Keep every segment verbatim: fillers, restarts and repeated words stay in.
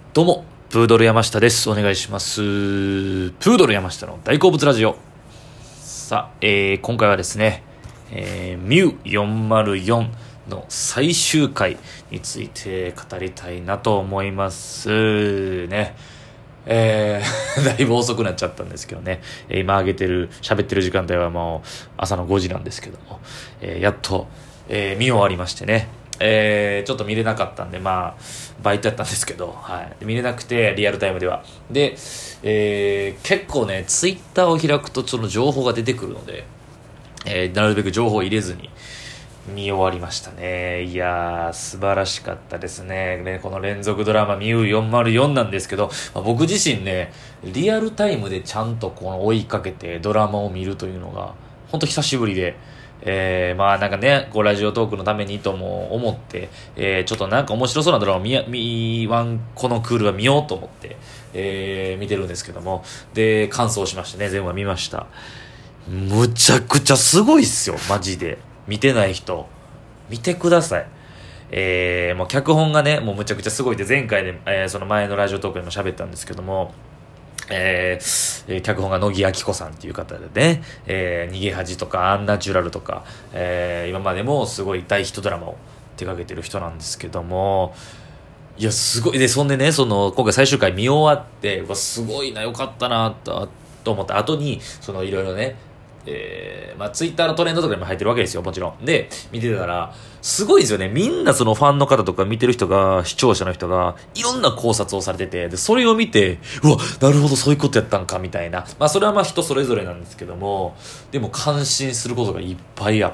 どうも、プードル山下です。お願いします。プードル山下の大好物ラジオ。さあ、えー、今回はですね、えー、ミューよんまるよん の最終回について語りたいなと思いますね。えー、だいぶ遅くなっちゃったんですけどね、今上げてる、喋ってる時間帯はもう朝のごじなんですけども、えー、やっと、えー、見終わりましてね、えー、ちょっと見れなかったんで、まあ、バイトやったんですけど、はい。見れなくて、リアルタイムでは。で、えー、結構ね、ツイッターを開くと、その情報が出てくるので、えー、なるべく情報を入れずに見終わりましたね。いやー、素晴らしかったですね。ね、この連続ドラマ、ミューよんまるよんなんですけど、まあ、僕自身ね、リアルタイムでちゃんとこの追いかけてドラマを見るというのが、ほんと久しぶりで、えー、まあなんかね、こうラジオトークのためにとも思って、えー、ちょっとなんか面白そうなドラマを見や、見、ワン、このクールは見ようと思って、えー、見てるんですけども、で、感想しましてね、全部見ました。むちゃくちゃすごいっすよ、マジで。見てない人、見てください。えー、もう脚本がね、もうむちゃくちゃすごいって、前回で、えー、その前のラジオトークでも喋ったんですけども、えーえー、脚本が乃木明子さんっていう方でね、えー、逃げ恥とかアンナチュラルとか、えー、今までもすごい大ヒットドラマを手掛けてる人なんですけども、いやすごいで、そんでね、その今回最終回見終わって、うわすごいな、よかったなとと思った後に、そのいろいろね、えー、まあツイッターのトレンドとかにも入ってるわけですよ、もちろん。で、見てたら、すごいですよね。みんなそのファンの方とか見てる人が、視聴者の人が、いろんな考察をされてて、で、それを見て、うわ、なるほど、そういうことやったんか、みたいな。まあ、それはまあ人それぞれなんですけども、でも感心することがいっぱいあって、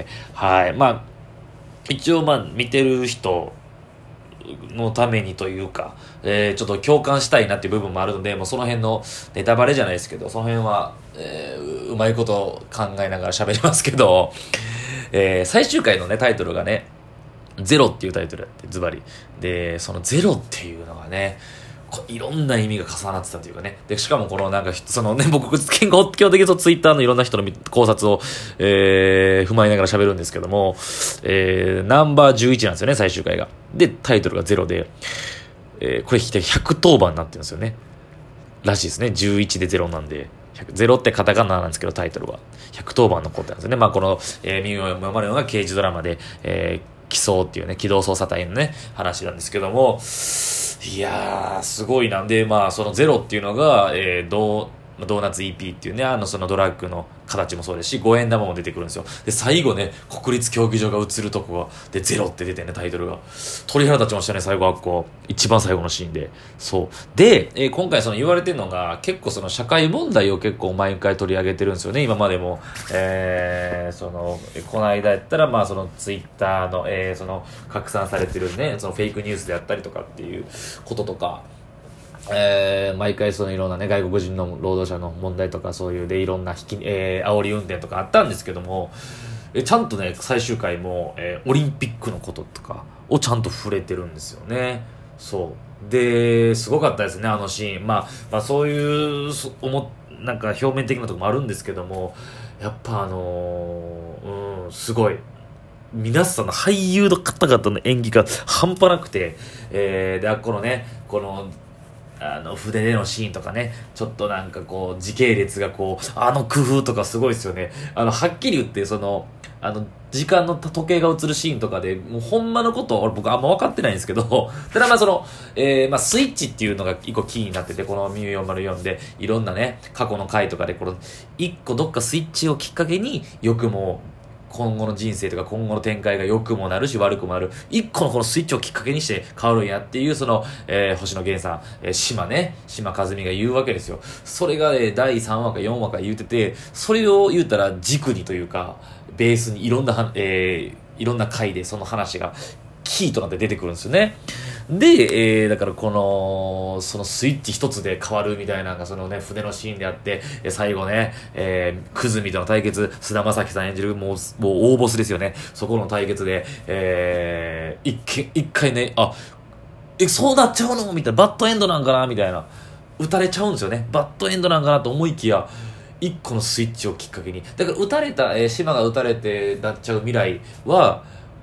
はい。まあ、一応まあ、見てる人、のためにというか、えー、ちょっと共感したいなっていう部分もあるので、もうその辺のネタバレじゃないですけど、その辺は、えー、うまいこと考えながら喋りますけど、えー、最終回のね、タイトルがね、ゼロっていうタイトルやって、ズバリ。で、そのゼロっていうのがね、いろんな意味が重なってたというかね。で、しかもこのなんか、そのね、僕、基本的にツイッターのいろんな人の考察を、えー、踏まえながら喋るんですけども、えー、ナンバーじゅういちなんですよね、最終回が。で、タイトルがゼロで、えー、これひゃく当番になってるんですよね。らしいですね。じゅういちでゼロなんで。ゼロってカタカナなんですけど、タイトルは。ひゃく当番のことなんですよね。まあ、この、えー、ミューよんまるよんが刑事ドラマで、えー、機捜っていうね、機動捜査隊のね、話なんですけども、いやー、すごいなんで、まあ、そのゼロっていうのが、えー、ドー、ドーナツ イーピー っていうね、あの、そのドラッグの形もそうですし、ごえん玉も出てくるんですよ。で、最後ね、国立競技場が映るとこが、で、ゼロって出てね、タイトルが。鳥肌立ちましたね、最後はこう、一番最後のシーンで。そう。で、えー、今回その言われてるのが、結構その社会問題を結構毎回取り上げてるんですよね、今までも。えー、その、この間やったら、まあそのツイッターの、えー、その、拡散されてるね、そのフェイクニュースであったりとかっていうこととか、えー、毎回そのいろんなね、外国人の労働者の問題とかそういうでいろんな引き、えー、煽り運転とかあったんですけども、えちゃんとね、最終回も、えー、オリンピックのこととかをちゃんと触れてるんですよね。そう。で、すごかったですね、あのシーン。まあ、まあそういう、そ思なんか表面的なところもあるんですけども、やっぱあのー、うん、すごい。皆さんの俳優の方々の演技が半端なくて、えー、で、このね、この、あの筆でのシーンとかね、ちょっとなんかこう時系列がこうあの工夫とかすごいですよね。あのはっきり言ってそのあの時間の時計が映るシーンとかでもうほんまのこと俺僕あんま分かってないんですけど、ただまあその、えー、まあスイッチっていうのが一個キーになってて、このミューよんまるよんでいろんなね過去の回とかでこの一個どっかスイッチをきっかけによくも今後の人生とか今後の展開が良くもなるし悪くもなる一個のこのスイッチをきっかけにして変わるんやっていうその、えー、星野源さん、えー、島ね島和美が言うわけですよ。それが、ね、だいさんわかよんわか言うてて、それを言うたら軸にというかベースにいろんな、えー、いろんな回でその話がキーとなって出てくるんですよね。で、えー、だからこの、そのスイッチ一つで変わるみたいな、そのね、船のシーンであって、最後ね、えー、クズミとの対決、菅田将暉さん演じる、もう、もう大ボスですよね。そこの対決で、えー、一回、一回ね、あ、え、そうなっちゃうのみたいな、バッドエンドなんかなみたいな。撃たれちゃうんですよね。バッドエンドなんかなと思いきや、一個のスイッチをきっかけに。だから撃たれた、えー、島が撃たれてなっちゃう未来は、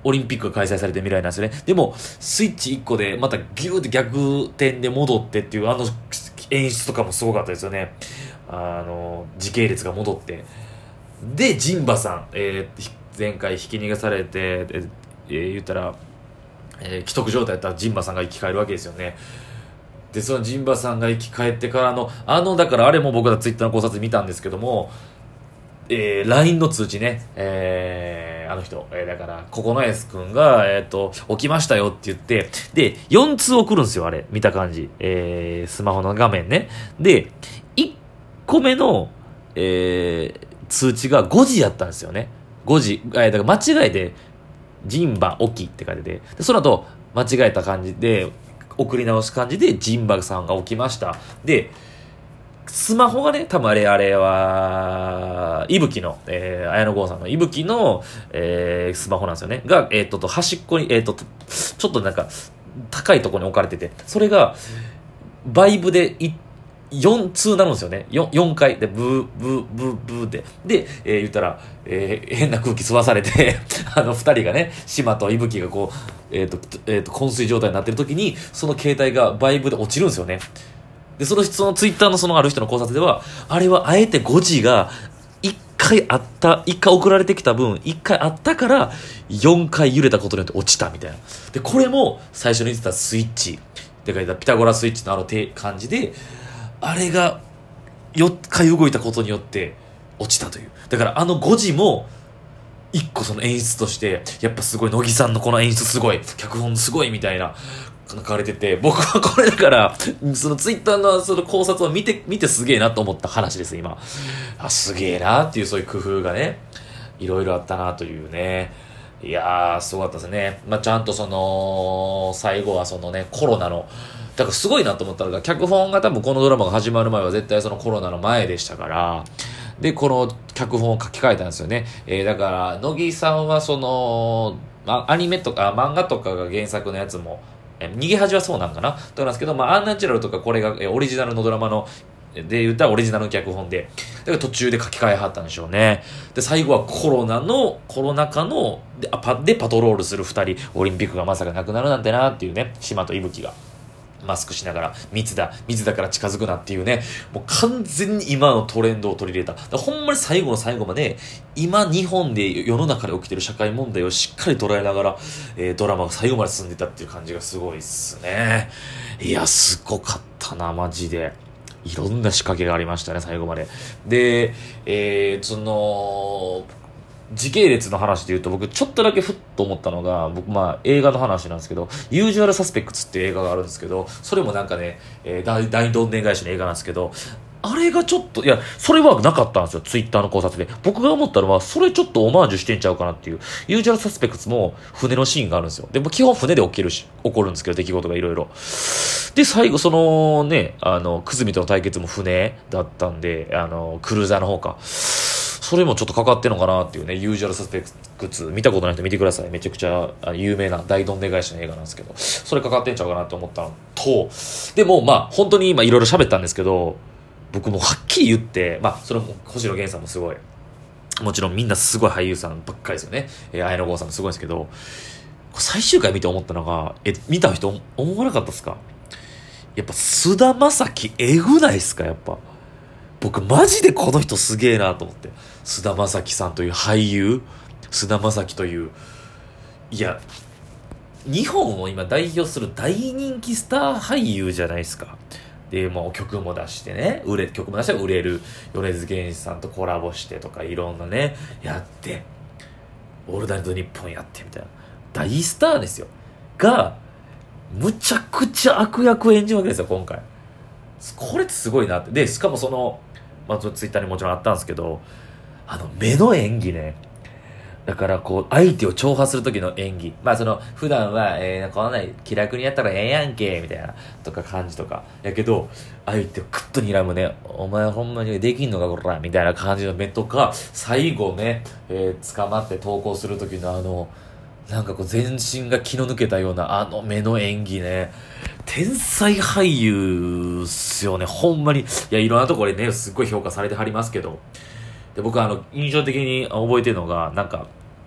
オリンピックが開催されてる未来なんですよね。でもスイッチいっこでまたギューって逆転で戻ってっていうあの演出とかもすごかったですよね。あの時系列が戻ってでジンバさん、えー、前回引き逃がされて、えー、言ったら、えー、既得状態だったジンバさんが生き返るわけですよね。でそのジンバさんが生き返ってからのあのだからあれも僕らツイッターの考察見たんですけども、えー、ライン の通知ね、えー、あの人、えー、だからココナエス君が、えー、と起きましたよって言ってでよん通送るんですよ。あれ見た感じ、えー、スマホの画面ね。でいっこめの、えー、通知がごじやったんですよね。ごじ、えー、だから間違えてジンバ起きって書いててでその後間違えた感じで送り直す感じでジンバさんが起きましたでスマホがね多分あれあれは伊吹の、えー、綾野剛さんの伊吹の、えー、スマホなんですよねが、えー、っとと端っこに、えー、っとちょっとなんか高いところに置かれててそれがバイブでいよん通なるんですよね。 4, 4回でブーブーブーブーでで、えー、言ったら、えー、変な空気吸わされてあのふたりがね島と伊吹がこう、えーとえーと昏睡状態になってる時にその携帯がバイブで落ちるんですよね。でそのそのツイッターのそのある人の考察ではあれはあえてごじがいっかいあったいっかい送られてきた分いっかいあったからよんかい揺れたことによって落ちたみたいな。でこれも最初に言ってたスイッチって書いたピタゴラスイッチのあの感じであれがよっかい動いたことによって落ちたという。だからあのごじも一個その演出としてやっぱすごい乃木さんのこの演出すごい脚本すごいみたいな書かれてて僕はこれだからそのツイッターのその考察を見て見てすげえなと思った話です今。あすげえなっていうそういう工夫がねいろいろあったなというね。いやーすごかったですね。まあちゃんとその最後はそのねコロナのだからすごいなと思ったのが脚本が多分このドラマが始まる前は絶対そのコロナの前でしたからでこの脚本を書き換えたんですよね。えー、だから乃木さんはその、まあ、アニメとか漫画とかが原作のやつもえー、逃げ恥はそうなんかなとなんですけど、まあ、アンナチュラルとかこれが、えー、オリジナルのドラマので言ったらオリジナルの脚本でだから途中で書き換えはったんでしょうね。で最後はコロナのコロナ禍のでパでパトロールするふたりオリンピックがまさかなくなるなんてなっていうね島と伊吹がマスクしながら密だ密だから近づくなっていうねもう完全に今のトレンドを取り入れた。だからほんまに最後の最後まで今日本で世の中で起きてる社会問題をしっかり捉えながら、えー、ドラマが最後まで進んでたっていう感じがすごいっすね。いやすごかったなマジで。いろんな仕掛けがありましたね最後まで。で、えー、その時系列の話で言うと僕ちょっとだけふっと思ったのが僕まあ映画の話なんですけどユージュアルサスペクツっていう映画があるんですけどそれもなんかね、えー、大大どんでん返しの映画なんですけどあれがちょっといやそれはなかったんですよツイッターの考察で。僕が思ったのはそれちょっとオマージュしてんちゃうかなっていう。ユージュアルサスペクツも船のシーンがあるんですよ。でも基本船で起きるし起こるんですけど出来事がいろいろで最後そのねあのクズミとの対決も船だったんであのクルーザーの方かそれもちょっとかかってんのかなっていうね。ユージュアルサスペクツ見たことない人見てください。めちゃくちゃ有名な大どんでん返しの映画なんですけどそれかかってんちゃうかなと思ったのとでもまあ本当に今いろいろ喋ったんですけど僕もはっきり言ってまあそれも星野源さんもすごいもちろんみんなすごい俳優さんばっかりですよね。えー、綾野剛さんもすごいですけど最終回見て思ったのがえ見た人思わなかったですか。やっぱ菅田将暉えぐないっすか。やっぱ僕マジでこの人すげえなと思って菅田将暉さんという俳優菅田将暉といういや日本を今代表する大人気スター俳優じゃないですか。でもう曲も出してね売れ曲も出して売れる米津玄師さんとコラボしてとかいろんなねやってオールナイトニッポンやってみたいな大スターですよがむちゃくちゃ悪役を演じるわけですよ今回。これってすごいなって。でしかもその、まあ、ツイッターにもちろんあったんですけどあの目の演技ね。だからこう相手を挑発する時の演技まあその普段は、えー、こんな気楽にやったらええやんけみたいなとか感じとかやけど相手をクッと睨むねお前ほんまにできんのかこらみたいな感じの目とか最後ね、えー、捕まって投稿する時のあのなんかこう全身が気の抜けたようなあの目の演技ね天才俳優っすよねほんまに。いやいろんなところでねすっごい評価されてはりますけどで僕はあの印象的に覚えてるのがなんかテ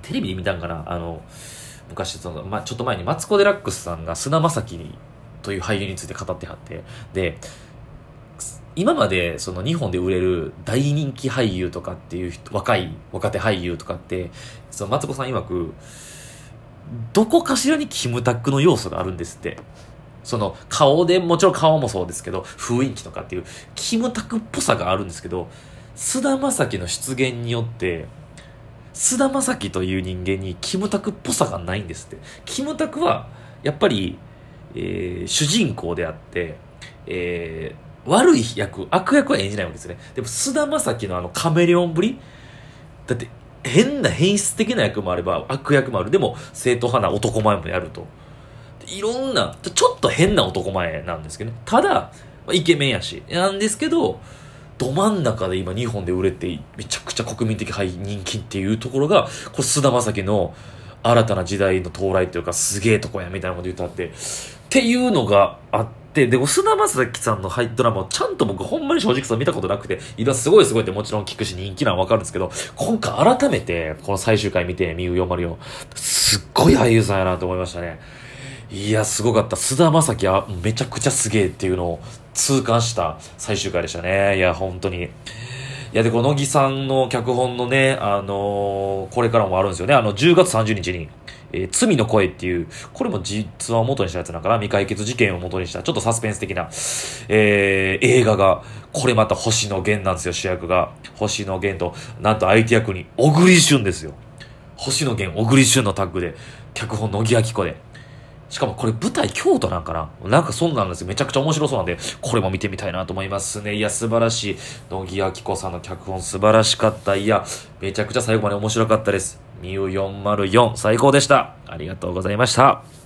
テレビで見たんかな、あの昔その、ま、ちょっと前にマツコ・デラックスさんが菅田将暉という俳優について語ってはって、で今までその日本で売れる大人気俳優とかっていう人、若い若手俳優とかってそのマツコさん曰くどこかしらにキムタクの要素があるんですって。その顔で、もちろん顔もそうですけど雰囲気とかっていうキムタクっぽさがあるんですけど、菅田将暉の出現によって菅田将暉という人間にキムタクっぽさがないんですって。キムタクはやっぱり、えー、主人公であって、えー、悪い役悪役は演じないわけですね。でも菅田将暉のあのカメレオンぶりだって、変な変質的な役もあれば悪役もある。でも正統派な男前もやると、いろんなちょっと変な男前なんですけどね。ただイケメンやしなんですけど、ど真ん中で今日本で売れてめちゃくちゃ国民的俳人気っていうところが、これ菅田将暉の新たな時代の到来というか、すげえとこやみたいなこと言ってあってっていうのがあって、で菅田将暉さんのドラマをちゃんと僕ほんまに正直さ見たことなくて、今すごいすごいってもちろん聞くし人気なの分かるんですけど、今回改めてこの最終回見てミューよんまるよんすっごい俳優さんやなと思いましたね。いやすごかった。菅田将暉はめちゃくちゃすげえっていうのを痛感した最終回でしたね。いや本当に、いやでこの乃木さんの脚本のね、あのー、これからもあるんですよね。あのじゅうがつさんじゅうにちに、えー、罪の声っていう、これも実話を元にしたやつなんかな、未解決事件を元にしたちょっとサスペンス的な、えー、映画が、これまた星野源なんですよ。主役が星野源と、なんと相手役に小栗旬ですよ。星野源小栗旬のタッグで、脚本乃木明子で、しかもこれ舞台京都なんかな、なんかそんなんですよ。めちゃくちゃ面白そうなんで、これも見てみたいなと思いますね。いや素晴らしい。乃木明子さんの脚本素晴らしかった。いやめちゃくちゃ最後まで面白かったです。ミューよんまるよん最高でした。ありがとうございました。